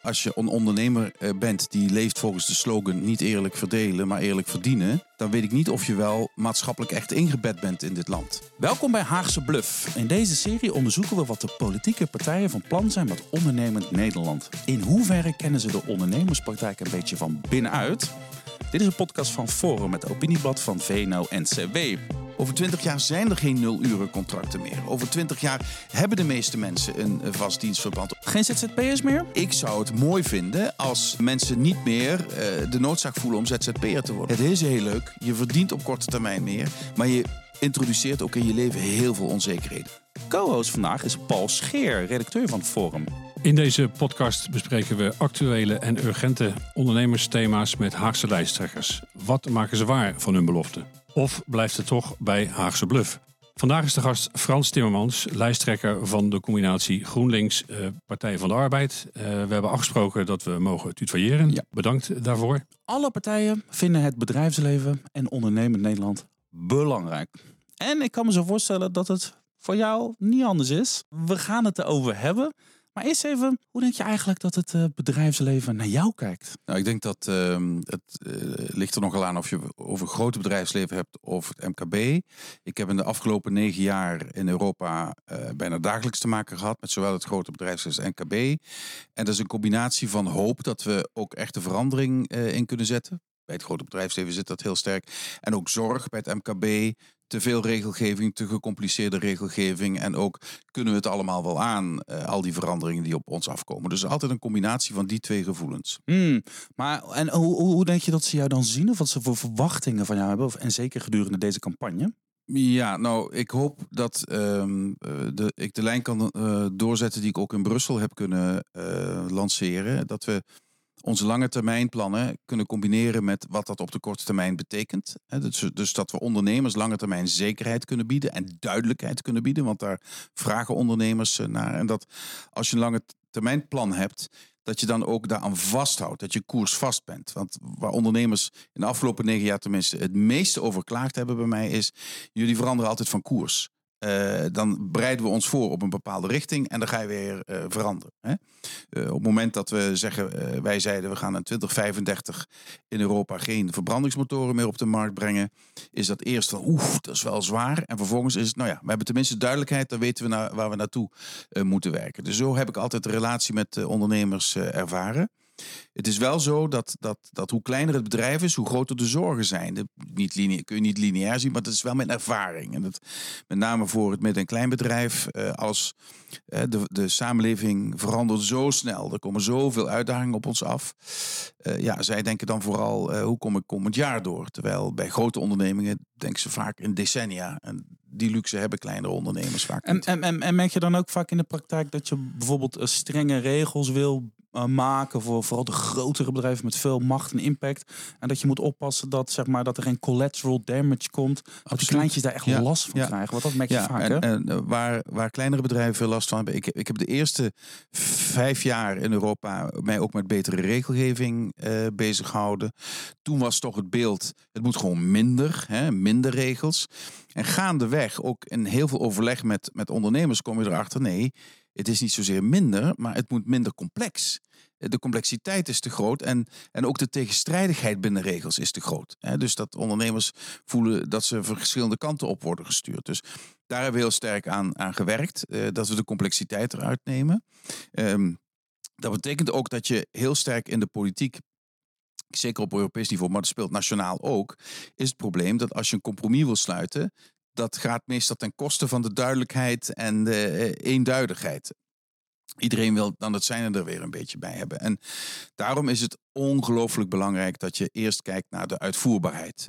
Als je een ondernemer bent die leeft volgens de slogan niet eerlijk verdelen, maar eerlijk verdienen, dan weet ik niet of je wel maatschappelijk echt ingebed bent in dit land. Welkom bij Haagse Bluff. In deze serie onderzoeken we wat de politieke partijen van plan zijn met ondernemend Nederland. In hoeverre kennen ze de ondernemerspraktijk een beetje van binnenuit? Dit is een podcast van Forum met opinieblad van VNO-NCW. Over 20 jaar zijn er geen 0-urencontracten meer. Over 20 jaar hebben de meeste mensen een vast dienstverband. Geen ZZP'ers meer? Ik zou het mooi vinden als mensen niet meer de noodzaak voelen om ZZP'er te worden. Het is heel leuk, je verdient op korte termijn meer, maar je introduceert ook in je leven heel veel onzekerheden. Co-host vandaag is Paul Scheer, redacteur van Forum. In deze podcast bespreken we actuele en urgente ondernemersthema's met Haagse lijsttrekkers. Wat maken ze waar van hun belofte? Of blijft het toch bij Haagse Bluff? Vandaag is de gast Frans Timmermans, lijsttrekker van de combinatie GroenLinks Partij van de Arbeid. We hebben afgesproken dat we mogen tutoyeren. Ja. Bedankt daarvoor. Alle partijen vinden het bedrijfsleven en ondernemend Nederland belangrijk. En ik kan me zo voorstellen dat het voor jou niet anders is. We gaan het erover hebben. Maar eerst even, hoe denk je eigenlijk dat het bedrijfsleven naar jou kijkt? Nou, ik denk dat het ligt er nogal aan of je over een groot bedrijfsleven hebt of het MKB. Ik heb in de afgelopen 9 jaar in Europa bijna dagelijks te maken gehad met zowel het grote bedrijfsleven als het MKB. En dat is een combinatie van hoop dat we ook echte verandering in kunnen zetten. Bij het grote bedrijfsleven zit dat heel sterk. En ook zorg bij het MKB. Te veel regelgeving, te gecompliceerde regelgeving. En ook kunnen we het allemaal wel aan, al die veranderingen die op ons afkomen. Dus altijd een combinatie van die twee gevoelens. Maar en hoe denk je dat ze jou dan zien? Of wat ze voor verwachtingen van jou hebben? En zeker gedurende deze campagne? Ja, nou, ik hoop dat ik de lijn kan doorzetten die ik ook in Brussel heb kunnen lanceren. Dat we onze lange termijn plannen kunnen combineren met wat dat op de korte termijn betekent. Dus dat we ondernemers lange termijn zekerheid kunnen bieden en duidelijkheid kunnen bieden. Want daar vragen ondernemers naar. En dat als je een lange termijn plan hebt, dat je dan ook daaraan vasthoudt. Dat je koersvast bent. Want waar ondernemers in de afgelopen 9 jaar tenminste het meeste over geklaagd hebben bij mij is, jullie veranderen altijd van koers. Dan bereiden we ons voor op een bepaalde richting en dan ga je weer veranderen. Hè? Op het moment dat we zeggen, wij zeiden we gaan in 2035 in Europa geen verbrandingsmotoren meer op de markt brengen, is dat eerst van dat is wel zwaar. En vervolgens is het, we hebben tenminste duidelijkheid, dan weten we waar we naartoe moeten werken. Dus zo heb ik altijd de relatie met ondernemers ervaren. Het is wel zo dat hoe kleiner het bedrijf is, hoe groter de zorgen zijn. Kun je niet lineair zien, maar dat is wel mijn ervaring. En dat, met name voor het midden- en kleinbedrijf, als de samenleving verandert zo snel. Er komen zoveel uitdagingen op ons af. Zij denken dan vooral, hoe kom ik komend jaar door? Terwijl bij grote ondernemingen denken ze vaak in decennia. En die luxe hebben kleinere ondernemers vaak niet. En merk je dan ook vaak in de praktijk dat je bijvoorbeeld strenge regels wil maken voor vooral de grotere bedrijven met veel macht en impact. En dat je moet oppassen dat, dat er geen collateral damage komt. Dat die kleintjes daar echt last van krijgen. Want dat merk je vaak. En waar kleinere bedrijven veel last van hebben. Ik heb de eerste 5 jaar in Europa mij ook met betere regelgeving bezig gehouden. Toen was toch het beeld, het moet gewoon minder regels. En gaandeweg, ook in heel veel overleg met ondernemers, kom je erachter, nee, het is niet zozeer minder, maar het moet minder complex. De complexiteit is te groot en ook de tegenstrijdigheid binnen regels is te groot. Dus dat ondernemers voelen dat ze verschillende kanten op worden gestuurd. Dus daar hebben we heel sterk aan gewerkt, dat we de complexiteit eruit nemen. Dat betekent ook dat je heel sterk in de politiek, zeker op Europees niveau, maar dat speelt nationaal ook, is het probleem dat als je een compromis wil sluiten, dat gaat meestal ten koste van de duidelijkheid en de eenduidigheid. Iedereen wil dan het zijne er weer een beetje bij hebben. En daarom is het ongelooflijk belangrijk dat je eerst kijkt naar de uitvoerbaarheid.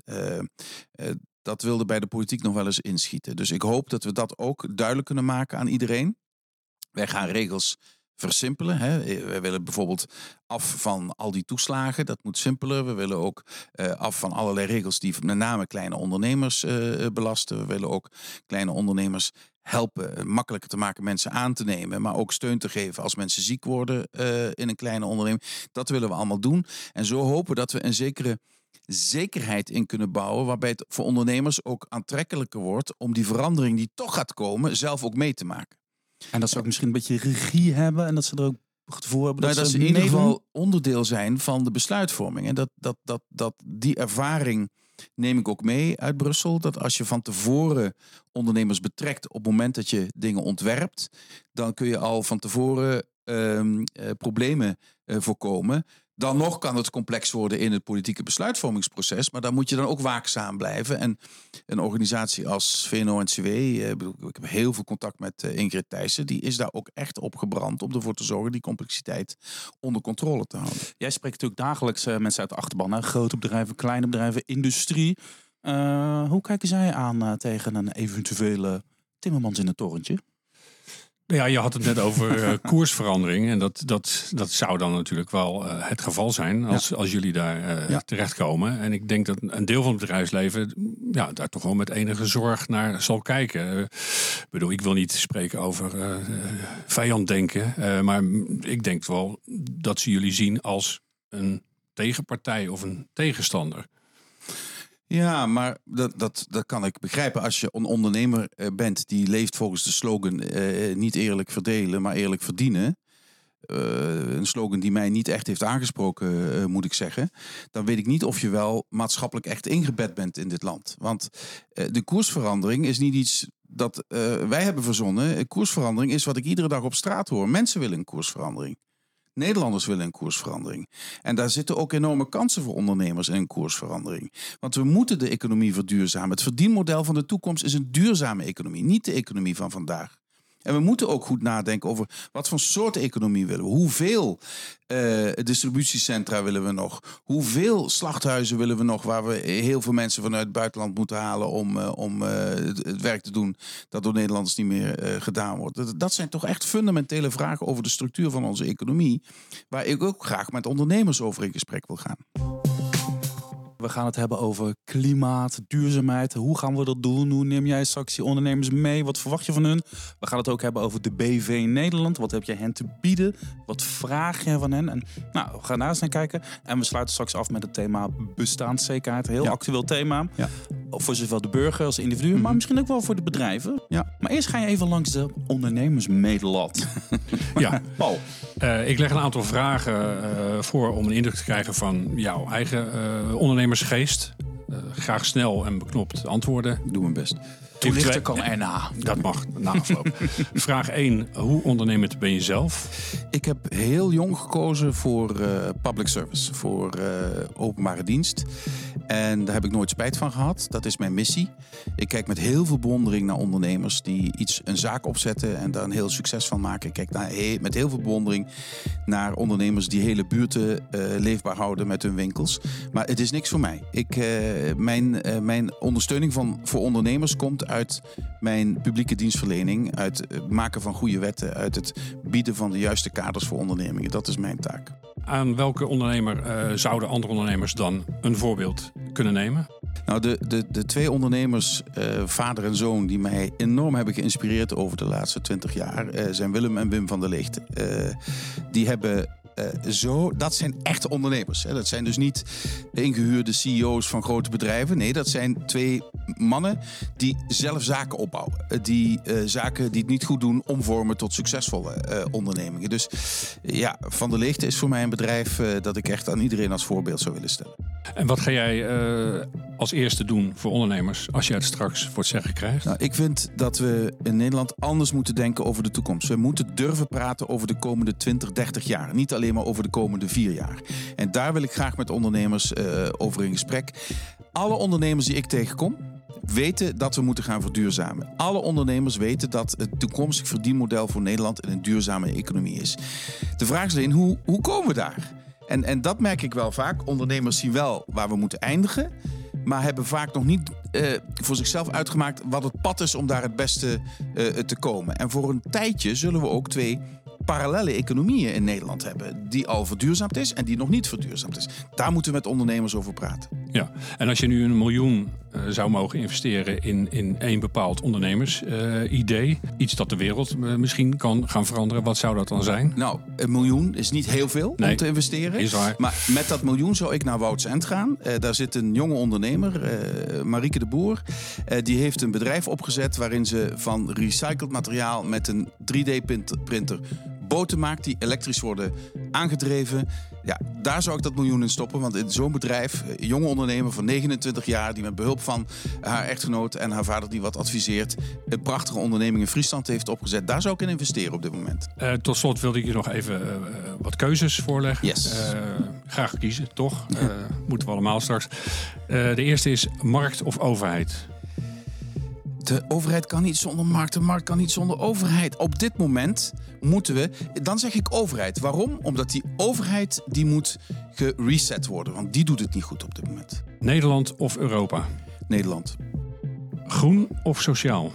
Dat wilde bij de politiek nog wel eens inschieten. Dus ik hoop dat we dat ook duidelijk kunnen maken aan iedereen. Wij gaan regels versimpelen. We willen bijvoorbeeld af van al die toeslagen. Dat moet simpeler. We willen ook af van allerlei regels die met name kleine ondernemers belasten. We willen ook kleine ondernemers helpen, makkelijker te maken mensen aan te nemen. Maar ook steun te geven als mensen ziek worden in een kleine onderneming. Dat willen we allemaal doen. En zo hopen we dat we een zekere zekerheid in kunnen bouwen, waarbij het voor ondernemers ook aantrekkelijker wordt om die verandering die toch gaat komen zelf ook mee te maken. En dat ze ook misschien een beetje regie hebben en dat ze er ook het gevoel hebben Dat ze in ieder geval onderdeel zijn van de besluitvorming. En die ervaring neem ik ook mee uit Brussel. Dat als je van tevoren ondernemers betrekt op het moment dat je dingen ontwerpt, dan kun je al van tevoren problemen voorkomen. Dan nog kan het complex worden in het politieke besluitvormingsproces. Maar daar moet je dan ook waakzaam blijven. En een organisatie als VNO-NCW, ik heb heel veel contact met Ingrid Thijssen. Die is daar ook echt op gebrand om ervoor te zorgen die complexiteit onder controle te houden. Jij spreekt natuurlijk dagelijks mensen uit de achterban. Hè? Grote bedrijven, kleine bedrijven, industrie. Hoe kijken zij aan tegen een eventuele Timmermans in het torentje? Ja, je had het net over koersverandering. En dat zou dan natuurlijk wel het geval zijn als jullie daar terechtkomen. En ik denk dat een deel van het bedrijfsleven daar toch wel met enige zorg naar zal kijken. Ik wil niet spreken over vijanddenken. Maar ik denk wel dat ze jullie zien als een tegenpartij of een tegenstander. Ja, maar dat kan ik begrijpen. Als je een ondernemer bent die leeft volgens de slogan niet eerlijk verdelen, maar eerlijk verdienen. Een slogan die mij niet echt heeft aangesproken, moet ik zeggen. Dan weet ik niet of je wel maatschappelijk echt ingebed bent in dit land. Want de koersverandering is niet iets dat wij hebben verzonnen. Koersverandering is wat ik iedere dag op straat hoor. Mensen willen een koersverandering. Nederlanders willen een koersverandering. En daar zitten ook enorme kansen voor ondernemers in een koersverandering. Want we moeten de economie verduurzamen. Het verdienmodel van de toekomst is een duurzame economie, niet de economie van vandaag. En we moeten ook goed nadenken over wat voor soort economie willen we. Hoeveel distributiecentra willen we nog? Hoeveel slachthuizen willen we nog waar we heel veel mensen vanuit het buitenland moeten halen om het werk te doen dat door Nederlanders niet meer gedaan wordt? Dat zijn toch echt fundamentele vragen over de structuur van onze economie, waar ik ook graag met ondernemers over in gesprek wil gaan. We gaan het hebben over klimaat, duurzaamheid. Hoe gaan we dat doen? Hoe neem jij straks die ondernemers mee? Wat verwacht je van hun? We gaan het ook hebben over de BV Nederland. Wat heb je hen te bieden? Wat vraag je van hen? En, we gaan daar eens naar kijken. En we sluiten straks af met het thema bestaanszekerheid. Een heel actueel thema. Ja. Voor zowel de burger als de individu, maar misschien ook wel voor de bedrijven. Ja. Maar eerst ga je even langs de ondernemersmeetlat. Ja, Paul. Ik leg een aantal vragen voor om een indruk te krijgen van jouw eigen ondernemersgeest. Graag snel en beknopt antwoorden. Ik doe mijn best. Toelichter kan erna. Dat mag na afloop. Vraag 1. Hoe ondernemend ben je zelf? Ik heb heel jong gekozen voor public service. Voor openbare dienst. En daar heb ik nooit spijt van gehad. Dat is mijn missie. Ik kijk met heel veel bewondering naar ondernemers die een zaak opzetten en daar een heel succes van maken. Ik kijk met heel veel bewondering naar ondernemers die hele buurten leefbaar houden met hun winkels. Maar het is niks voor mij. Mijn ondersteuning voor ondernemers komt uit mijn publieke dienstverlening, uit het maken van goede wetten, uit het bieden van de juiste kaders voor ondernemingen. Dat is mijn taak. Aan welke ondernemer zouden andere ondernemers dan een voorbeeld kunnen nemen? Nou, de twee ondernemers, vader en zoon, die mij enorm hebben geïnspireerd over de laatste 20 jaar, zijn Willem en Wim van der Leegt. Die hebben dat zijn echte ondernemers. Hè. Dat zijn dus niet ingehuurde CEO's van grote bedrijven. Nee, dat zijn twee mannen die zelf zaken opbouwen. Die zaken die het niet goed doen omvormen tot succesvolle ondernemingen. Dus ja, Van der Leegte is voor mij een bedrijf dat ik echt aan iedereen als voorbeeld zou willen stellen. En wat ga jij als eerste doen voor ondernemers als jij het straks voor het zeggen krijgt? Nou, ik vind dat we in Nederland anders moeten denken over de toekomst. We moeten durven praten over de komende 20, 30 jaar. Niet alleen maar over de komende 4 jaar. En daar wil ik graag met ondernemers over in gesprek. Alle ondernemers die ik tegenkom weten dat we moeten gaan verduurzamen. Alle ondernemers weten dat het toekomstig verdienmodel voor Nederland een duurzame economie is. De vraag is alleen, hoe komen we daar? En dat merk ik wel vaak. Ondernemers zien wel waar we moeten eindigen, maar hebben vaak nog niet voor zichzelf uitgemaakt wat het pad is om daar het beste te komen. En voor een tijdje zullen we ook 2 parallelle economieën in Nederland hebben. Die al verduurzaamd is en die nog niet verduurzaamd is. Daar moeten we met ondernemers over praten. Ja, en als je nu 1 miljoen zou mogen investeren in één bepaald ondernemersidee, iets dat de wereld misschien kan gaan veranderen, wat zou dat dan zijn? Nou, 1 miljoen is niet heel veel om te investeren. Is waar. Maar met dat miljoen zou ik naar Wouds End gaan. Daar zit een jonge ondernemer, Marieke de Boer. Die heeft een bedrijf opgezet waarin ze van recycled materiaal met een 3D-printer boten maakt die elektrisch worden aangedreven. Ja, daar zou ik dat miljoen in stoppen. Want in zo'n bedrijf, een jonge ondernemer van 29 jaar... die met behulp van haar echtgenoot en haar vader die wat adviseert... een prachtige onderneming in Friesland heeft opgezet. Daar zou ik in investeren op dit moment. Tot slot wilde ik je nog even wat keuzes voorleggen. Yes. Graag kiezen, toch? Moeten we allemaal straks. De eerste is markt of overheid? De overheid kan niet zonder markt, de markt kan niet zonder overheid. Op dit moment moeten we... Dan zeg ik overheid. Waarom? Omdat die overheid die moet gereset worden. Want die doet het niet goed op dit moment. Nederland of Europa? Nederland. Groen of sociaal?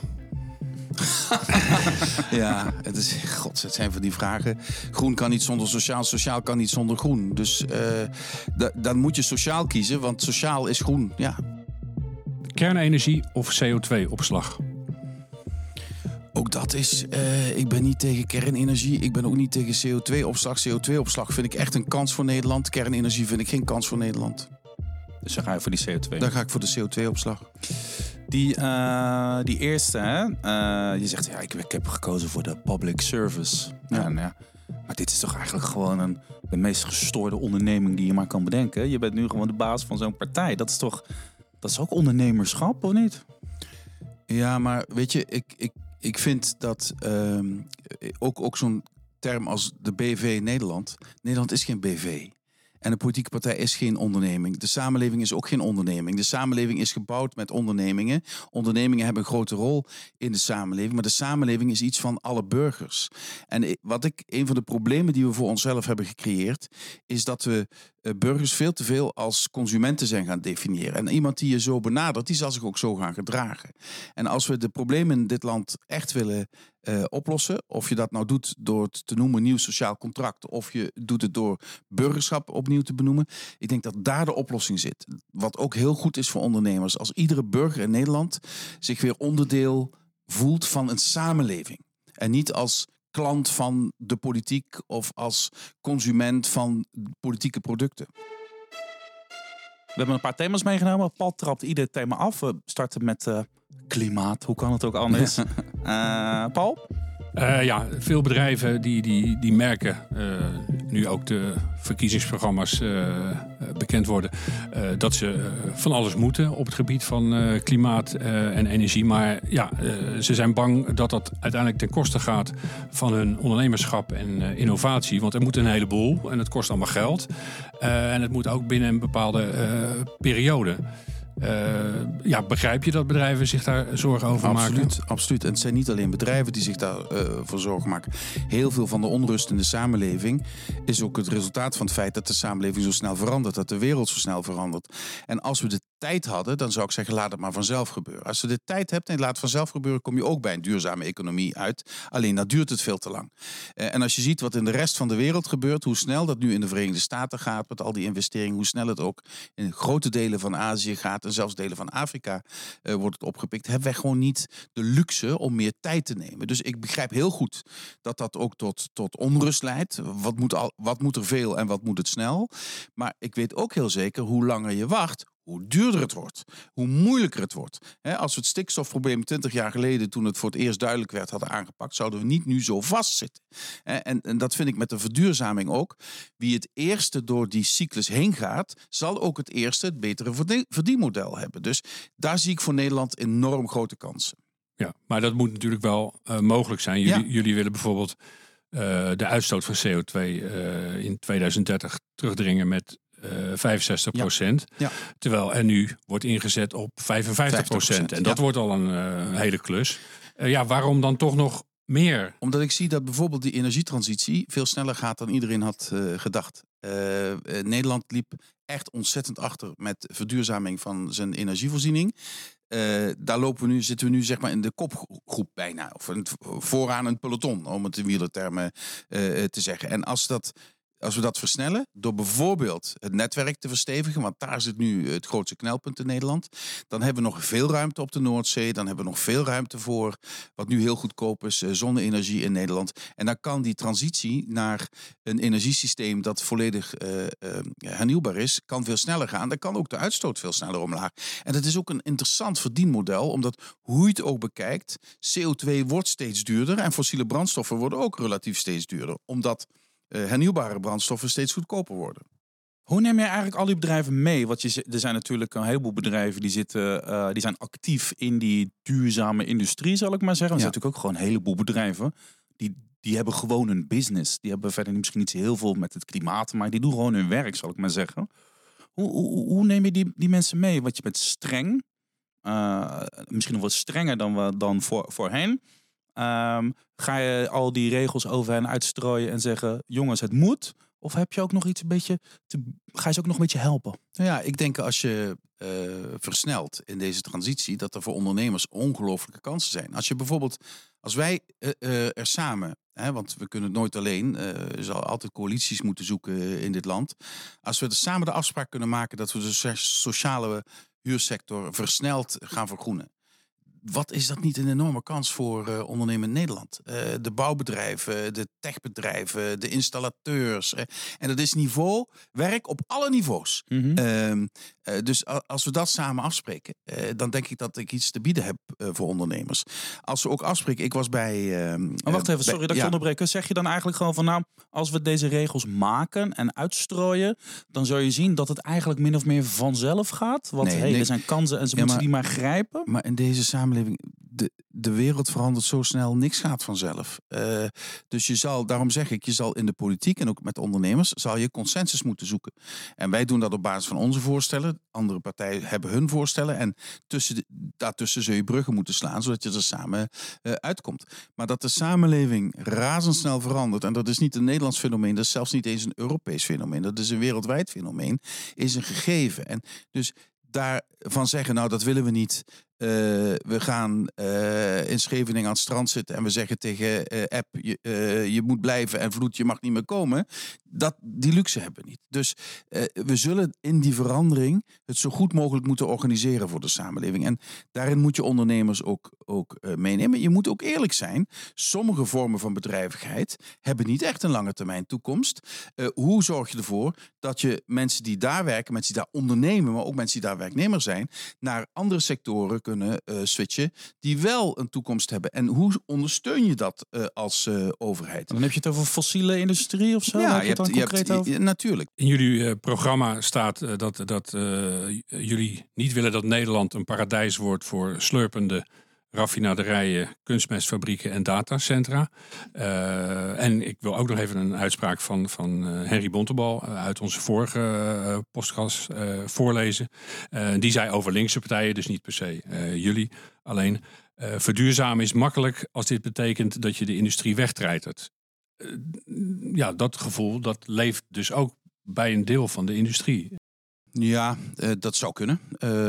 Ja, het zijn van die vragen. Groen kan niet zonder sociaal, sociaal kan niet zonder groen. Dus dan moet je sociaal kiezen, want sociaal is groen, ja. Kernenergie of CO2-opslag? Ook dat is... ik ben niet tegen kernenergie. Ik ben ook niet tegen CO2-opslag. CO2-opslag vind ik echt een kans voor Nederland. Kernenergie vind ik geen kans voor Nederland. Dus dan ga je voor die CO2. Dan ga ik voor de CO2-opslag. Die eerste, hè? Je zegt, ja, ik heb gekozen voor de public service. Ja. Ja, maar dit is toch eigenlijk gewoon de meest gestoorde onderneming die je maar kan bedenken. Je bent nu gewoon de baas van zo'n partij. Dat is ook ondernemerschap, of niet? Ja, maar weet je, ik vind dat ook zo'n term als de BV Nederland... Nederland is geen BV. En een politieke partij is geen onderneming. De samenleving is ook geen onderneming. De samenleving is gebouwd met ondernemingen. Ondernemingen hebben een grote rol in de samenleving. Maar de samenleving is iets van alle burgers. En een van de problemen die we voor onszelf hebben gecreëerd... is dat we burgers veel te veel als consumenten zijn gaan definiëren. En iemand die je zo benadert, die zal zich ook zo gaan gedragen. En als we de problemen in dit land echt willen oplossen... of je dat nou doet door het te noemen nieuw sociaal contract... of je doet het door burgerschap opnieuw te benoemen... ik denk dat daar de oplossing zit. Wat ook heel goed is voor ondernemers. Als iedere burger in Nederland zich weer onderdeel voelt van een samenleving. En niet als klant van de politiek of als consument van politieke producten. We hebben een paar thema's meegenomen. Paul trapt ieder thema af. We starten met klimaat. Hoe kan het ook anders? Paul? Veel bedrijven die merken, nu ook de verkiezingsprogramma's bekend worden, dat ze van alles moeten op het gebied van klimaat en energie. Maar ze zijn bang dat dat uiteindelijk ten koste gaat van hun ondernemerschap en innovatie. Want er moet een heleboel en het kost allemaal geld. En het moet ook binnen een bepaalde periode. Begrijp je dat bedrijven zich daar zorgen over maken? Absoluut. En het zijn niet alleen bedrijven die zich daarvoor zorgen maken. Heel veel van de onrust in de samenleving is ook het resultaat van het feit dat de samenleving zo snel verandert. Dat de wereld zo snel verandert. En als we de tijd hadden, dan zou ik zeggen, laat het maar vanzelf gebeuren. Als je de tijd hebt en je laat het vanzelf gebeuren, kom je ook bij een duurzame economie uit. Alleen dat duurt het veel te lang. En als je ziet wat in de rest van de wereld gebeurt, hoe snel dat nu in de Verenigde Staten gaat met al die investeringen, hoe snel het ook in grote delen van Azië gaat en zelfs delen van Afrika wordt het opgepikt, hebben wij gewoon niet de luxe om meer tijd te nemen. Dus ik begrijp heel goed dat dat ook tot onrust leidt. Wat moet er veel en wat moet het snel? Maar ik weet ook heel zeker, hoe langer je wacht, hoe duurder het wordt, hoe moeilijker het wordt. Als we het stikstofprobleem 20 jaar geleden, toen het voor het eerst duidelijk werd, hadden aangepakt, zouden we niet nu zo vastzitten. En dat vind ik met de verduurzaming ook. Wie het eerste door die cyclus heen gaat, zal ook het eerste het betere verdienmodel hebben. Dus daar zie ik voor Nederland enorm grote kansen. Ja, maar dat moet natuurlijk wel mogelijk zijn. Jullie willen bijvoorbeeld de uitstoot van CO2 in 2030 terugdringen met 65%. Ja. Terwijl er nu wordt ingezet op 55%. En dat wordt al een hele klus. Waarom dan toch nog meer? Omdat ik zie dat bijvoorbeeld die energietransitie veel sneller gaat dan iedereen had gedacht. Nederland liep echt ontzettend achter met verduurzaming van zijn energievoorziening. Daar zitten we nu zeg maar in de kopgroep bijna. Of vooraan een peloton, om het in wielertermen te zeggen. En als dat Als we dat versnellen, door bijvoorbeeld het netwerk te verstevigen, want daar zit nu het grootste knelpunt in Nederland, dan hebben we nog veel ruimte op de Noordzee, dan hebben we nog veel ruimte voor wat nu heel goedkoop is, zonne-energie in Nederland. En dan kan die transitie naar een energiesysteem dat volledig hernieuwbaar is, kan veel sneller gaan. Dan kan ook de uitstoot veel sneller omlaag. En dat is ook een interessant verdienmodel, omdat hoe je het ook bekijkt, CO2 wordt steeds duurder en fossiele brandstoffen worden ook relatief steeds duurder, omdat hernieuwbare brandstoffen steeds goedkoper worden. Hoe neem je eigenlijk al die bedrijven mee? Want er zijn natuurlijk een heleboel bedrijven die zijn actief in die duurzame industrie, zal ik maar zeggen. Er zijn natuurlijk ook gewoon een heleboel bedrijven die hebben gewoon een business. Die hebben verder misschien niet zo heel veel met het klimaat, maar die doen gewoon hun werk, zal ik maar zeggen. Hoe neem je die mensen mee? Want je bent streng. Misschien nog wat strenger dan voorheen. Ga je al die regels over hen uitstrooien en zeggen, jongens, het moet? Of heb je ook nog iets ga je ze ook nog een beetje helpen? Nou ja, ik denk als je versnelt in deze transitie, dat er voor ondernemers ongelooflijke kansen zijn. Als wij er samen, want we kunnen het nooit alleen, er zal altijd coalities moeten zoeken in dit land. Als we er samen de afspraak kunnen maken dat we de sociale huursector versneld gaan vergroenen. Wat is dat niet een enorme kans voor ondernemend Nederland? De bouwbedrijven, de techbedrijven, de installateurs. En dat is werk op alle niveaus. Mm-hmm. Dus als we dat samen afspreken, dan denk ik dat ik iets te bieden heb voor ondernemers. Als we ook afspreken, ik was bij... wacht even, sorry dat ik je onderbreek. Zeg je dan eigenlijk gewoon van, als we deze regels maken en uitstrooien, dan zul je zien dat het eigenlijk min of meer vanzelf gaat? Want er zijn kansen en ze moeten die maar grijpen. Maar in deze samenleving, de wereld verandert zo snel, niks gaat vanzelf. Dus daarom zeg ik, je zal in de politiek en ook met ondernemers, zal je consensus moeten zoeken. En wij doen dat op basis van onze voorstellen. Andere partijen hebben hun voorstellen. En daartussen zul je bruggen moeten slaan, zodat je er samen uitkomt. Maar dat de samenleving razendsnel verandert, en dat is niet een Nederlands fenomeen, dat is zelfs niet eens een Europees fenomeen, dat is een wereldwijd fenomeen, is een gegeven. En dus daarvan zeggen, dat willen we niet. We gaan in Scheveningen aan het strand zitten en we zeggen tegen App, je moet blijven en Vloed, je mag niet meer komen. Die luxe hebben we niet. Dus we zullen in die verandering het zo goed mogelijk moeten organiseren voor de samenleving. En daarin moet je ondernemers ook meenemen. Je moet ook eerlijk zijn. Sommige vormen van bedrijvigheid hebben niet echt een lange termijn toekomst. Hoe zorg je ervoor dat je mensen die daar werken, mensen die daar ondernemen, maar ook mensen die daar werknemer zijn, naar andere sectoren kunnen switchen die wel een toekomst hebben. En hoe ondersteun je dat als overheid? Dan heb je het over fossiele industrie of zo? Ja, natuurlijk. In jullie programma staat dat jullie niet willen dat Nederland een paradijs wordt voor slurpende raffinaderijen, kunstmestfabrieken en datacentra. En ik wil ook nog even een uitspraak van Henry Bontebal uit onze vorige podcast voorlezen. Die zei over linkse partijen, dus niet per se jullie alleen. Verduurzamen is makkelijk als dit betekent dat je de industrie wegtreitert. Dat gevoel dat leeft dus ook bij een deel van de industrie. Ja, dat zou kunnen.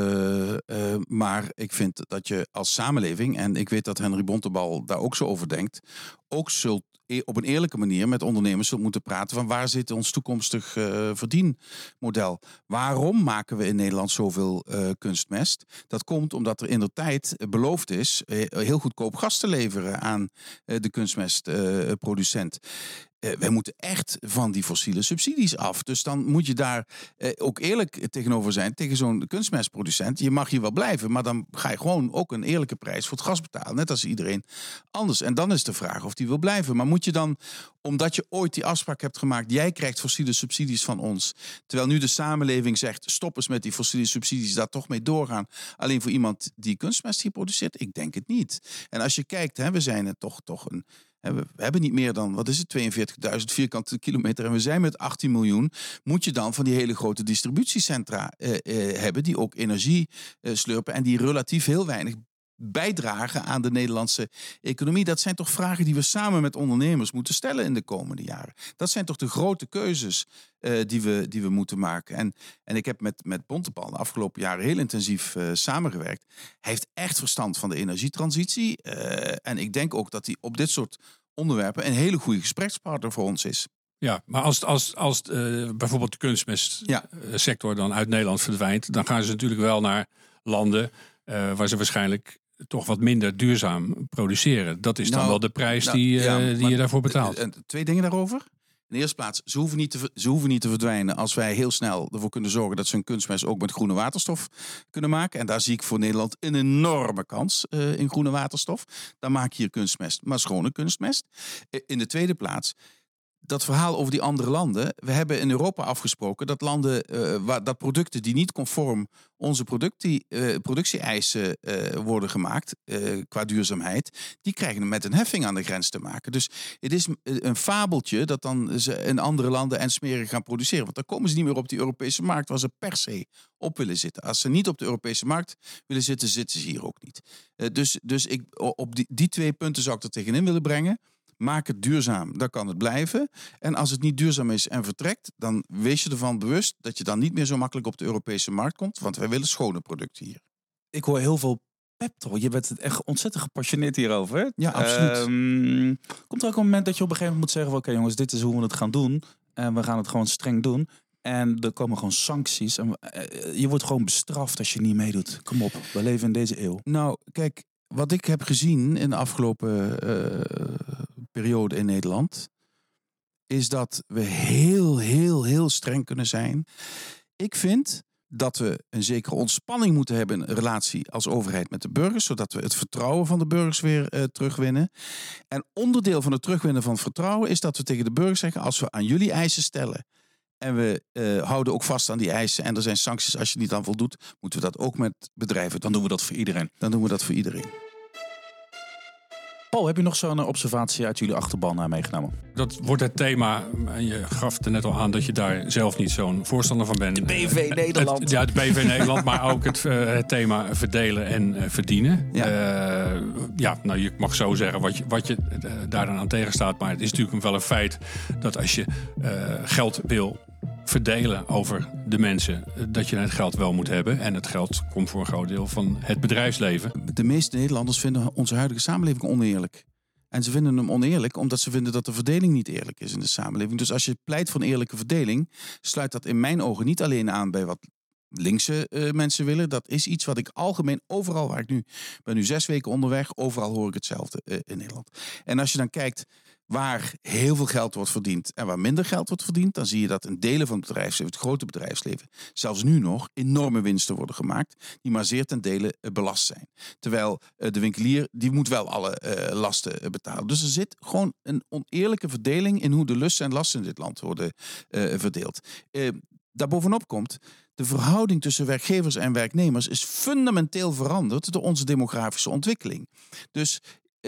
Maar ik vind dat je als samenleving, en ik weet dat Henry Bontebal daar ook zo over denkt, ook zult op een eerlijke manier met ondernemers zult moeten praten van waar zit ons toekomstig verdienmodel. Waarom maken we in Nederland zoveel kunstmest? Dat komt omdat er indertijd beloofd is heel goedkoop gas te leveren aan de kunstmestproducent. Wij moeten echt van die fossiele subsidies af. Dus dan moet je daar ook eerlijk tegenover zijn tegen zo'n kunstmestproducent. Je mag hier wel blijven, maar dan ga je gewoon ook een eerlijke prijs voor het gas betalen. Net als iedereen anders. En dan is de vraag of die wil blijven. Maar moet je dan, omdat je ooit die afspraak hebt gemaakt, jij krijgt fossiele subsidies van ons. Terwijl nu de samenleving zegt, stop eens met die fossiele subsidies, daar toch mee doorgaan. Alleen voor iemand die kunstmest hier produceert? Ik denk het niet. En als je kijkt, we zijn het toch een... We hebben niet meer dan, 42.000 vierkante kilometer en we zijn met 18 miljoen. Moet je dan van die hele grote distributiecentra hebben die ook energie slurpen en die relatief heel weinig bijdragen aan de Nederlandse economie? Dat zijn toch vragen die we samen met ondernemers moeten stellen in de komende jaren. Dat zijn toch de grote keuzes die we moeten maken. En ik heb met Bontebal de afgelopen jaren heel intensief samengewerkt. Hij heeft echt verstand van de energietransitie. En ik denk ook dat hij op dit soort onderwerpen een hele goede gesprekspartner voor ons is. Ja, maar als bijvoorbeeld de kunstmestsector dan uit Nederland verdwijnt, dan gaan ze natuurlijk wel naar landen waar ze waarschijnlijk toch wat minder duurzaam produceren. Dat is dan wel de prijs die je daarvoor betaalt. 2 dingen daarover. In de eerste plaats, ze hoeven niet te verdwijnen als wij heel snel ervoor kunnen zorgen dat ze hun kunstmest ook met groene waterstof kunnen maken. En daar zie ik voor Nederland een enorme kans in groene waterstof. Dan maak je hier kunstmest, maar schone kunstmest. In de tweede plaats, dat verhaal over die andere landen. We hebben in Europa afgesproken dat landen, dat producten die niet conform onze productie-eisen worden gemaakt, qua duurzaamheid, die krijgen met een heffing aan de grens te maken. Dus het is een fabeltje dat dan ze in andere landen en smerig gaan produceren. Want dan komen ze niet meer op die Europese markt waar ze per se op willen zitten. Als ze niet op de Europese markt willen zitten, zitten ze hier ook niet. Dus ik, op die 2 punten zou ik er tegenin willen brengen. Maak het duurzaam, dan kan het blijven. En als het niet duurzaam is en vertrekt, dan wees je ervan bewust dat je dan niet meer zo makkelijk op de Europese markt komt. Want wij willen schone producten hier. Ik hoor heel veel pep talk. Je bent echt ontzettend gepassioneerd hierover. Hè? Ja, absoluut. Komt er ook een moment dat je op een gegeven moment moet zeggen, oké, jongens, dit is hoe we het gaan doen. En we gaan het gewoon streng doen. En er komen gewoon sancties. En je wordt gewoon bestraft als je niet meedoet. Kom op, we leven in deze eeuw. Nou, kijk, wat ik heb gezien in de afgelopen periode in Nederland, is dat we heel streng kunnen zijn. Ik vind dat we een zekere ontspanning moeten hebben in relatie als overheid met de burgers, zodat we het vertrouwen van de burgers weer terugwinnen. En onderdeel van het terugwinnen van vertrouwen is dat we tegen de burgers zeggen, als we aan jullie eisen stellen en we houden ook vast aan die eisen en er zijn sancties als je niet aan voldoet, moeten we dat ook met bedrijven doen. Dan doen we dat voor iedereen. Dan doen we dat voor iedereen. Paul, heb je nog zo'n observatie uit jullie achterban meegenomen? Dat wordt het thema. Je gaf er net al aan dat je daar zelf niet zo'n voorstander van bent. De BV Nederland. De BV Nederland, maar ook het thema verdelen en verdienen. Ja. Nou, je mag zo zeggen wat je daar dan aan tegenstaat. Maar het is natuurlijk wel een feit dat als je geld wil verdelen over de mensen, dat je het geld wel moet hebben. En het geld komt voor een groot deel van het bedrijfsleven. De meeste Nederlanders vinden onze huidige samenleving oneerlijk. En ze vinden hem oneerlijk omdat ze vinden dat de verdeling niet eerlijk is in de samenleving. Dus als je pleit voor een eerlijke verdeling, sluit dat in mijn ogen niet alleen aan bij wat linkse mensen willen. Dat is iets wat ik algemeen overal waar ik ben nu 6 weken onderweg, overal hoor ik hetzelfde in Nederland. En als je dan kijkt waar heel veel geld wordt verdiend en waar minder geld wordt verdiend, dan zie je dat in delen van het bedrijfsleven, het grote bedrijfsleven, zelfs nu nog enorme winsten worden gemaakt, die maar zeer ten dele belast zijn. Terwijl de winkelier, die moet wel alle lasten betalen. Dus er zit gewoon een oneerlijke verdeling in hoe de lusten en lasten in dit land worden verdeeld. Daarbovenop komt, de verhouding tussen werkgevers en werknemers is fundamenteel veranderd door onze demografische ontwikkeling. Dus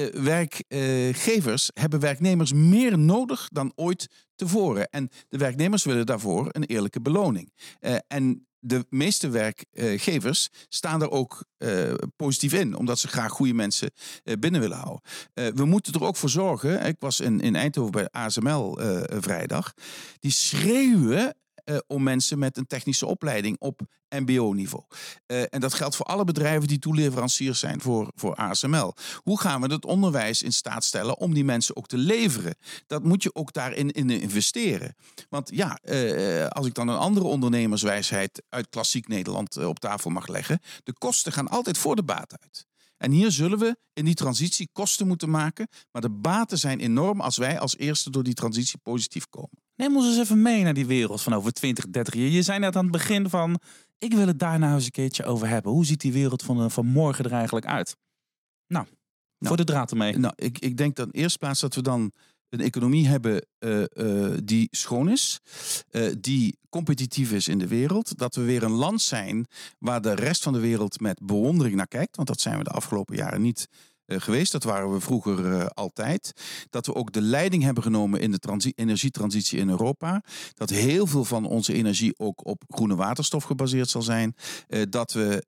werkgevers hebben werknemers meer nodig dan ooit tevoren. En de werknemers willen daarvoor een eerlijke beloning. En de meeste werkgevers staan daar ook positief in, omdat ze graag goede mensen binnen willen houden. We moeten er ook voor zorgen, ik was in Eindhoven bij ASML vrijdag, die schreeuwen om mensen met een technische opleiding op mbo-niveau. En dat geldt voor alle bedrijven die toeleveranciers zijn voor ASML. Hoe gaan we het onderwijs in staat stellen om die mensen ook te leveren? Dat moet je ook daarin investeren. Want ja, als ik dan een andere ondernemerswijsheid uit klassiek Nederland op tafel mag leggen, de kosten gaan altijd voor de baat uit. En hier zullen we in die transitie kosten moeten maken, maar de baten zijn enorm als wij als eerste door die transitie positief komen. Neem ons eens even mee naar die wereld van over 20, 30 jaar. Je zei net aan het begin van, ik wil het daar nou eens een keertje over hebben. Hoe ziet die wereld van morgen er eigenlijk uit? Nou, voor de draad ermee. Nou, ik denk dan eerst plaats dat we dan een economie hebben die schoon is, die competitief is in de wereld. Dat we weer een land zijn waar de rest van de wereld met bewondering naar kijkt. Want dat zijn we de afgelopen jaren niet geweest. Dat waren we vroeger altijd. Dat we ook de leiding hebben genomen in de energietransitie in Europa. Dat heel veel van onze energie ook op groene waterstof gebaseerd zal zijn. Dat we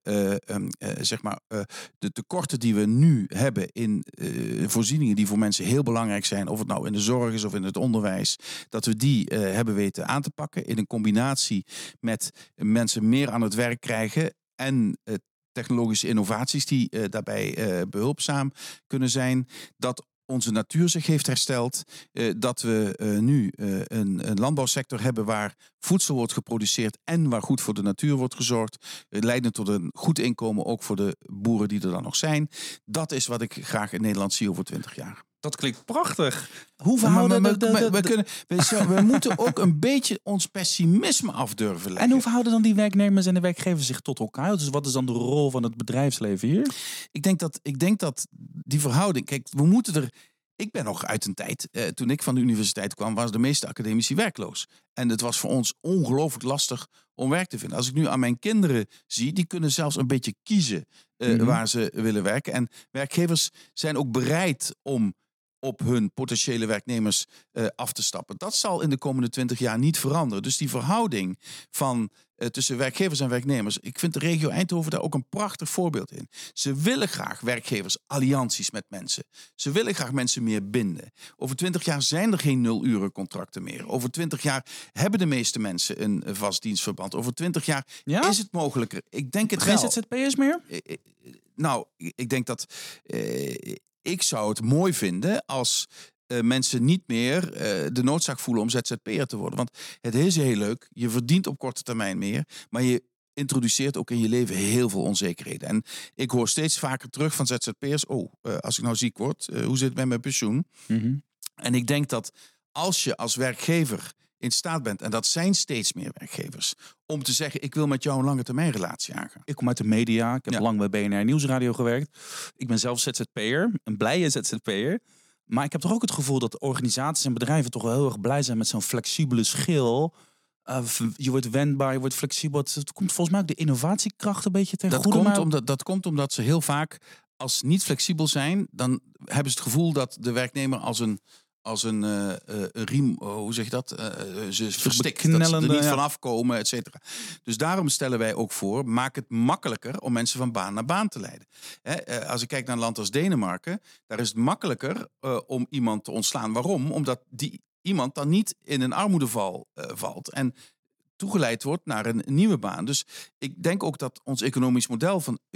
de tekorten die we nu hebben in voorzieningen die voor mensen heel belangrijk zijn, of het nou in de zorg is of in het onderwijs, dat we die hebben weten aan te pakken in een combinatie met mensen meer aan het werk krijgen en technologische innovaties die daarbij behulpzaam kunnen zijn. Dat onze natuur zich heeft hersteld. Dat we nu een landbouwsector hebben waar voedsel wordt geproduceerd en waar goed voor de natuur wordt gezorgd. Leidend tot een goed inkomen ook voor de boeren die er dan nog zijn. Dat is wat ik graag in Nederland zie over 20 jaar. Dat klinkt prachtig. Hoe we moeten ook een beetje ons pessimisme af durven leggen. En hoe verhouden dan die werknemers en de werkgevers zich tot elkaar? Dus wat is dan de rol van het bedrijfsleven hier? Ik denk dat die verhouding... Kijk, we moeten er... Ik ben nog uit een tijd, toen ik van de universiteit kwam, waren de meeste academici werkloos. En het was voor ons ongelooflijk lastig om werk te vinden. Als ik nu aan mijn kinderen zie, die kunnen zelfs een beetje kiezen waar ze willen werken. En werkgevers zijn ook bereid om op hun potentiële werknemers af te stappen. Dat zal in de komende 20 jaar niet veranderen. Dus die verhouding van tussen werkgevers en werknemers. Ik vind de regio Eindhoven daar ook een prachtig voorbeeld in. Ze willen graag werkgevers, allianties met mensen. Ze willen graag mensen meer binden. Over 20 jaar zijn er geen 0-urencontracten meer. Over 20 jaar hebben de meeste mensen een vast dienstverband. Over 20 jaar is het mogelijker. Ik denk het geen wel. ZZP'ers meer? Nou, ik denk dat... Ik zou het mooi vinden als mensen niet meer de noodzaak voelen om ZZP'er te worden. Want het is heel leuk. Je verdient op korte termijn meer. Maar je introduceert ook in je leven heel veel onzekerheden. En ik hoor steeds vaker terug van ZZP'ers. Als ik nou ziek word, hoe zit het met mijn pensioen? Mm-hmm. En ik denk dat als je als werkgever in staat bent, en dat zijn steeds meer werkgevers, om te zeggen, ik wil met jou een lange termijn relatie aangaan. Ik kom uit de media, ik heb lang bij BNR Nieuwsradio gewerkt. Ik ben zelf ZZP'er, een blije ZZP'er. Maar ik heb toch ook het gevoel dat organisaties en bedrijven toch wel heel erg blij zijn met zo'n flexibele schil. Je wordt wendbaar, je wordt flexibel. Het komt volgens mij ook de innovatiekracht een beetje ten goede. Dat komt omdat ze heel vaak, als ze niet flexibel zijn, dan hebben ze het gevoel dat de werknemer als een riem, hoe zeg je dat? Ze verstikt, dat ze er niet vanaf komen, et cetera. Dus daarom stellen wij ook voor, maak het makkelijker om mensen van baan naar baan te leiden. Als ik kijk naar een land als Denemarken, daar is het makkelijker om iemand te ontslaan. Waarom? Omdat die iemand dan niet in een armoedeval valt en toegeleid wordt naar een nieuwe baan. Dus ik denk ook dat ons economisch model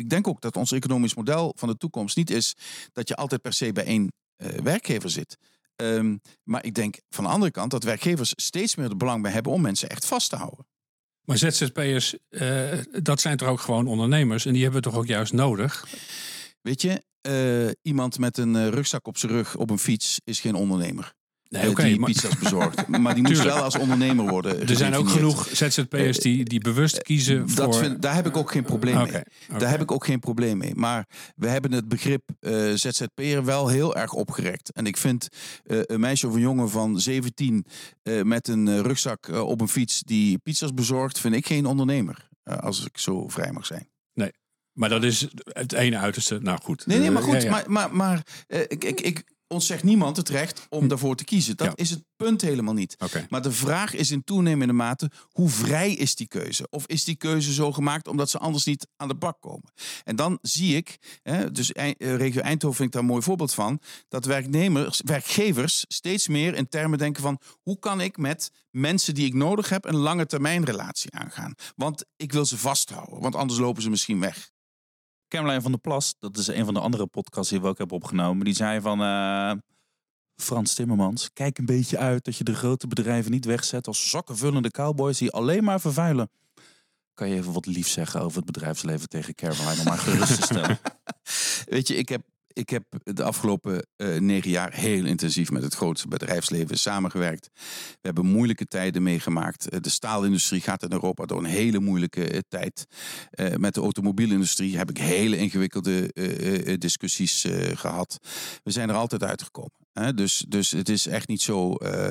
van de toekomst niet is dat je altijd per se bij één werkgever zit. Maar ik denk van de andere kant dat werkgevers steeds meer er belang bij hebben om mensen echt vast te houden. Maar ZZP'ers, dat zijn toch ook gewoon ondernemers en die hebben we toch ook juist nodig? Weet je, iemand met een rugzak op zijn rug op een fiets is geen ondernemer. Nee, die pizza's bezorgd. Maar die moet wel als ondernemer worden. Er zijn ook genoeg ZZP'ers die bewust kiezen voor... Daar heb ik ook geen probleem mee. Daar heb ik ook geen probleem mee. Maar we hebben het begrip ZZP'er wel heel erg opgerekt. En ik vind een meisje of een jongen van 17 met een rugzak op een fiets die pizza's bezorgt, vind ik geen ondernemer. Als ik zo vrij mag zijn. Nee, maar dat is het ene uiterste. Nou goed. Nee, maar goed. Ja. Maar ons zegt niemand het recht om daarvoor te kiezen. Dat is het punt helemaal niet. Okay. Maar de vraag is in toenemende mate, hoe vrij is die keuze? Of is die keuze zo gemaakt omdat ze anders niet aan de bak komen? En dan zie ik, dus regio Eindhoven vind ik daar een mooi voorbeeld van, dat werkgevers steeds meer in termen denken van, hoe kan ik met mensen die ik nodig heb een lange termijn relatie aangaan? Want ik wil ze vasthouden, want anders lopen ze misschien weg. Caroline van der Plas, dat is een van de andere podcasts die we ook hebben opgenomen. Die zei van Frans Timmermans, kijk een beetje uit dat je de grote bedrijven niet wegzet als zakkenvullende cowboys die alleen maar vervuilen. Kan je even wat lief zeggen over het bedrijfsleven tegen Caroline om haar gerust te stellen? Weet je, ik heb de afgelopen 9 jaar heel intensief met het grootste bedrijfsleven samengewerkt. We hebben moeilijke tijden meegemaakt. De staalindustrie gaat in Europa door een hele moeilijke tijd. Met de automobielindustrie heb ik hele ingewikkelde discussies gehad. We zijn er altijd uitgekomen. Dus het is echt niet zo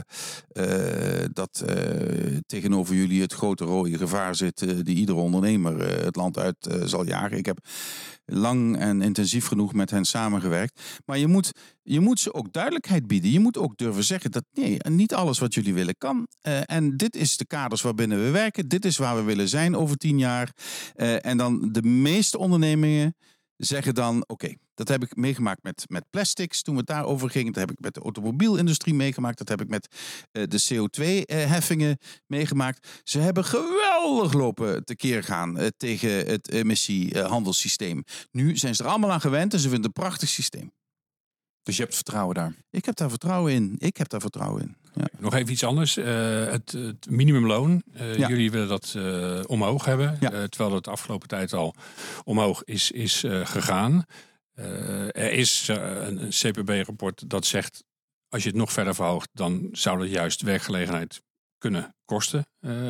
dat tegenover jullie het grote rode gevaar zit die iedere ondernemer het land uit zal jagen. Ik heb lang en intensief genoeg met hen samengewerkt. Maar je moet ze ook duidelijkheid bieden. Je moet ook durven zeggen dat niet alles wat jullie willen kan. En dit is de kaders waarbinnen we werken. Dit is waar we willen zijn over 10 jaar. En dan de meeste ondernemingen zeggen dan, oké, dat heb ik meegemaakt met plastics toen we het daarover gingen. Dat heb ik met de automobielindustrie meegemaakt. Dat heb ik met de CO2-heffingen meegemaakt. Ze hebben geweldig lopen tekeer gaan tegen het emissiehandelssysteem. Nu zijn ze er allemaal aan gewend en ze vinden het een prachtig systeem. Dus je hebt vertrouwen daar? Ik heb daar vertrouwen in. Ja. Nog even iets anders. Het minimumloon. Jullie willen dat omhoog hebben. Ja. Terwijl het de afgelopen tijd al omhoog is gegaan. Er is een CPB-rapport dat zegt... als je het nog verder verhoogt... dan zou dat juist werkgelegenheid kunnen kosten.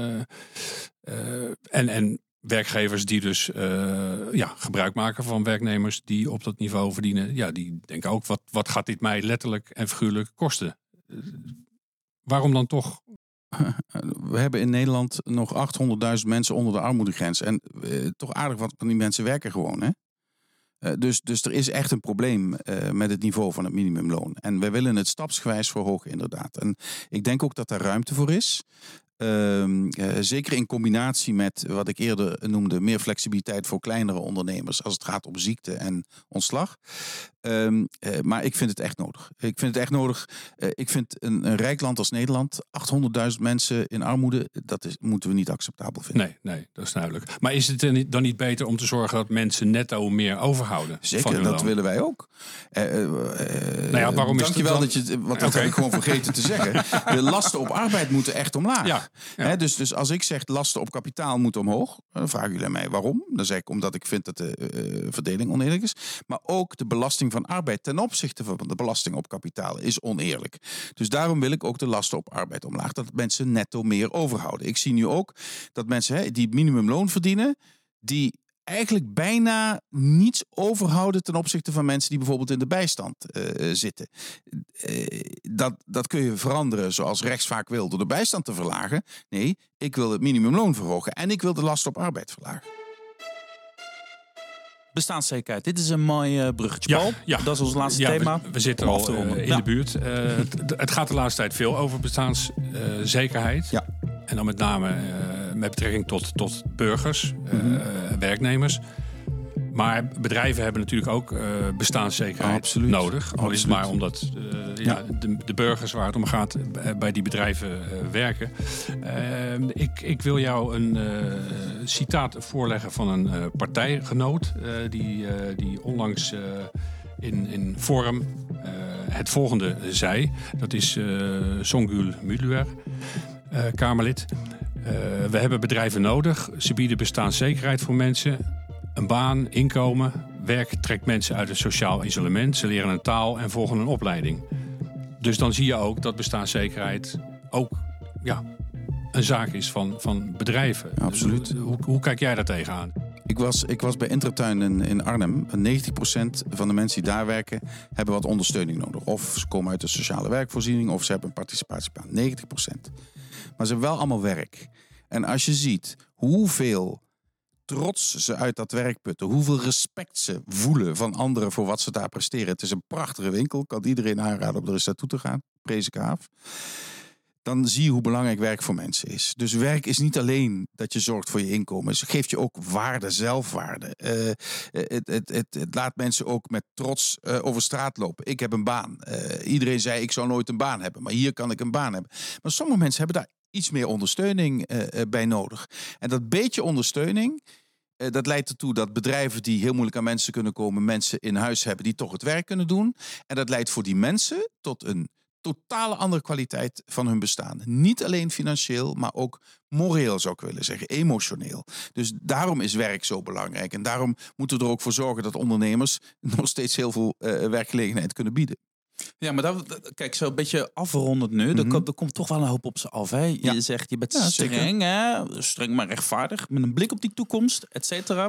En werkgevers die dus gebruik maken van werknemers... die op dat niveau verdienen... ja, die denken ook... wat gaat dit mij letterlijk en figuurlijk kosten? Waarom dan toch? We hebben in Nederland nog 800.000 mensen onder de armoedegrens. En toch aardig wat van die mensen werken gewoon, hè? Dus er is echt een probleem met het niveau van het minimumloon. En wij willen het stapsgewijs verhogen, inderdaad. En ik denk ook dat daar ruimte voor is. Zeker in combinatie met wat ik eerder noemde... meer flexibiliteit voor kleinere ondernemers... als het gaat om ziekte en ontslag. Maar ik vind het echt nodig. Ik vind een rijk land als Nederland... 800.000 mensen in armoede... moeten we niet acceptabel vinden. Nee, dat is duidelijk. Maar is het dan niet beter om te zorgen... dat mensen netto meer overhouden? Zeker, dat willen wij ook. Waarom dankjewel is het dat je... Want dat heb ik gewoon vergeten te zeggen. De lasten op arbeid moeten echt omlaag. Ja. Dus als ik zeg lasten op kapitaal moeten omhoog... dan vragen jullie mij waarom. Dan zeg ik omdat ik vind dat de verdeling oneerlijk is. Maar ook de belasting van arbeid... ten opzichte van de belasting op kapitaal is oneerlijk. Dus daarom wil ik ook de lasten op arbeid omlaag. Dat mensen netto meer overhouden. Ik zie nu ook dat mensen die minimumloon verdienen... die eigenlijk bijna niets overhouden ten opzichte van mensen die bijvoorbeeld in de bijstand zitten. Dat kun je veranderen zoals rechts vaak wil door de bijstand te verlagen. Nee, ik wil het minimumloon verhogen en ik wil de last op arbeid verlagen. Bestaanszekerheid. Dit is een mooi bruggetje, Paul. Ja. Dat is ons laatste thema. We zitten al in de buurt. Het gaat de laatste tijd veel over bestaanszekerheid. Ja. En dan met name met betrekking tot burgers, werknemers. Maar bedrijven hebben natuurlijk ook bestaanszekerheid nodig. Al is het maar omdat de burgers waar het om gaat bij die bedrijven werken. Ik wil jou een citaat voorleggen van een partijgenoot die onlangs in Forum het volgende zei. Dat is Songül Müller, Kamerlid. We hebben bedrijven nodig. Ze bieden bestaanszekerheid voor mensen. Een baan, inkomen. Werk trekt mensen uit het sociaal isolement. Ze leren een taal en volgen een opleiding. Dus dan zie je ook dat bestaanszekerheid ook een zaak is van bedrijven. Absoluut. Hoe kijk jij daar tegenaan? Ik was bij Intratuin in Arnhem. 90% van de mensen die daar werken hebben wat ondersteuning nodig. Of ze komen uit de sociale werkvoorziening of ze hebben een participatieplan. 90%. Maar ze hebben wel allemaal werk. En als je ziet hoeveel trots ze uit dat werk putten, hoeveel respect ze voelen van anderen voor wat ze daar presteren. Het is een prachtige winkel. Kan iedereen aanraden om er eens naartoe te gaan. Prezenkaaf. Dan zie je hoe belangrijk werk voor mensen is. Dus werk is niet alleen dat je zorgt voor je inkomen. Het geeft je ook waarde, zelfwaarde. Het laat mensen ook met trots over straat lopen. Ik heb een baan. Iedereen zei ik zou nooit een baan hebben. Maar hier kan ik een baan hebben. Maar sommige mensen hebben daar iets meer ondersteuning bij nodig. En dat beetje ondersteuning... dat leidt ertoe dat bedrijven die heel moeilijk aan mensen kunnen komen... mensen in huis hebben die toch het werk kunnen doen. En dat leidt voor die mensen tot een totale andere kwaliteit van hun bestaan. Niet alleen financieel, maar ook moreel zou ik willen zeggen, emotioneel. Dus daarom is werk zo belangrijk. En daarom moeten we er ook voor zorgen dat ondernemers nog steeds heel veel werkgelegenheid kunnen bieden. Ja, maar kijk, zo een beetje afrondend nu. Er komt toch wel een hoop op ze af. Hè? Je zegt, je bent streng, hè? Streng maar rechtvaardig. Met een blik op die toekomst, et cetera.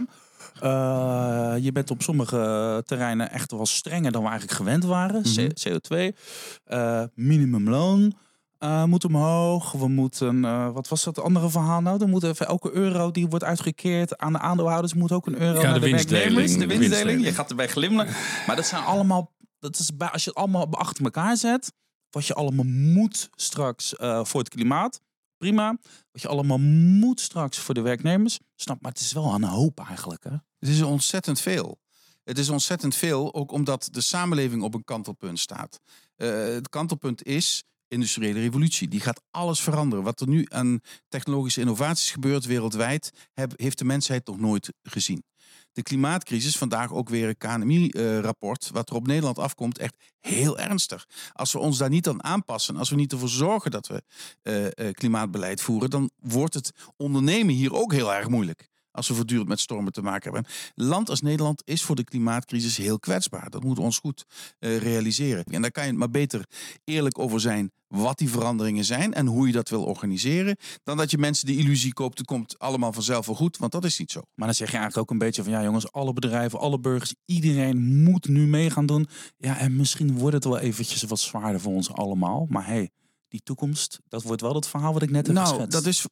Je bent op sommige terreinen echt wel strenger dan we eigenlijk gewend waren. CO2. Minimumloon moet omhoog. We moeten, wat was dat andere verhaal nou? Er moet even elke euro die wordt uitgekeerd aan de aandeelhouders moet ook een euro naar de werknemers. De winstdeling. Je gaat erbij glimmen. Maar dat zijn allemaal... Dat is als je het allemaal achter elkaar zet, wat je allemaal moet straks voor het klimaat, prima. Wat je allemaal moet straks voor de werknemers, snap, maar het is wel een hoop eigenlijk. Hè? Het is ontzettend veel. Het is ontzettend veel, ook omdat de samenleving op een kantelpunt staat. Het kantelpunt is, industriële revolutie. Die gaat alles veranderen. Wat er nu aan technologische innovaties gebeurt wereldwijd, heeft de mensheid nog nooit gezien. De klimaatcrisis, vandaag ook weer een KNMI-rapport, wat er op Nederland afkomt, echt heel ernstig. Als we ons daar niet aan aanpassen, als we niet ervoor zorgen dat we klimaatbeleid voeren, dan wordt het ondernemen hier ook heel erg moeilijk. Als we voortdurend met stormen te maken hebben. Een land als Nederland is voor de klimaatcrisis heel kwetsbaar. Dat moeten we ons goed realiseren. En daar kan je het maar beter eerlijk over zijn wat die veranderingen zijn en hoe je dat wil organiseren. Dan dat je mensen de illusie koopt, het komt allemaal vanzelf wel goed. Want dat is niet zo. Maar dan zeg je eigenlijk ook een beetje van ja jongens, alle bedrijven, alle burgers, iedereen moet nu mee gaan doen. Ja, en misschien wordt het wel eventjes wat zwaarder voor ons allemaal. Maar hey, die toekomst, dat wordt wel het verhaal wat ik net heb geschetst.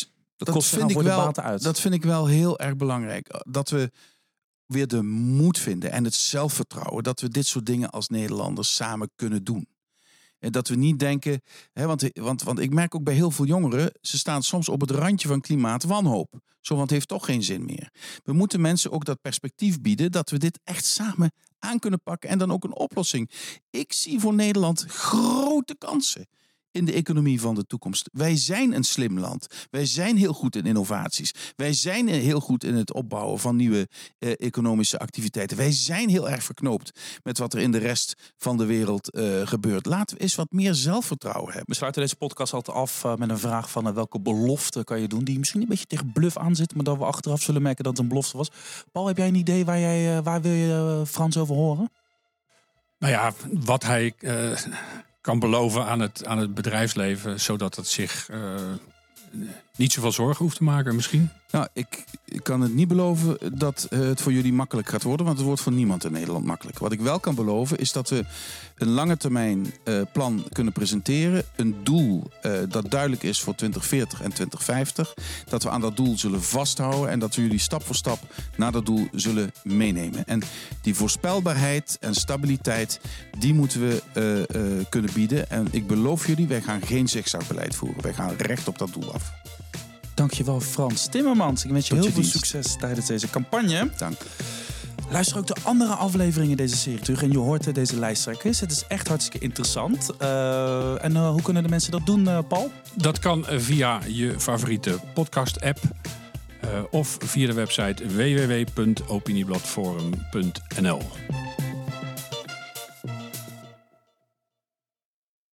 Dat vind ik wel heel erg belangrijk. Dat we weer de moed vinden en het zelfvertrouwen dat we dit soort dingen als Nederlanders samen kunnen doen. En dat we niet denken, want ik merk ook bij heel veel jongeren, ze staan soms op het randje van klimaatwanhoop. Zo, want het heeft toch geen zin meer. We moeten mensen ook dat perspectief bieden dat we dit echt samen aan kunnen pakken en dan ook een oplossing. Ik zie voor Nederland grote kansen in de economie van de toekomst. Wij zijn een slim land. Wij zijn heel goed in innovaties. Wij zijn heel goed in het opbouwen van nieuwe economische activiteiten. Wij zijn heel erg verknoopt met wat er in de rest van de wereld gebeurt. Laten we eens wat meer zelfvertrouwen hebben. We sluiten deze podcast altijd af met een vraag van welke belofte kan je doen die misschien een beetje tegen bluff aan zit, maar dat we achteraf zullen merken dat het een belofte was. Paul, heb jij een idee waar wil je Frans over horen? Nou ja, wat hij kan beloven aan het bedrijfsleven, zodat het zich niet zoveel zorgen hoeft te maken misschien? Nou, ik kan het niet beloven dat het voor jullie makkelijk gaat worden, want het wordt voor niemand in Nederland makkelijk. Wat ik wel kan beloven is dat we een lange termijn plan kunnen presenteren. Een doel dat duidelijk is voor 2040 en 2050. Dat we aan dat doel zullen vasthouden en dat we jullie stap voor stap naar dat doel zullen meenemen. En die voorspelbaarheid en stabiliteit, die moeten we kunnen bieden. En ik beloof jullie, wij gaan geen zigzagbeleid voeren. Wij gaan recht op dat doel af. Dankjewel Frans Timmermans. Ik wens je heel veel succes tijdens deze campagne. Dank. Luister ook de andere afleveringen deze serie terug. En je hoort deze lijsttrekkers. Het is echt hartstikke interessant. Hoe kunnen de mensen dat doen, Paul? Dat kan via je favoriete podcast-app. Of via de website www.opiniebladforum.nl.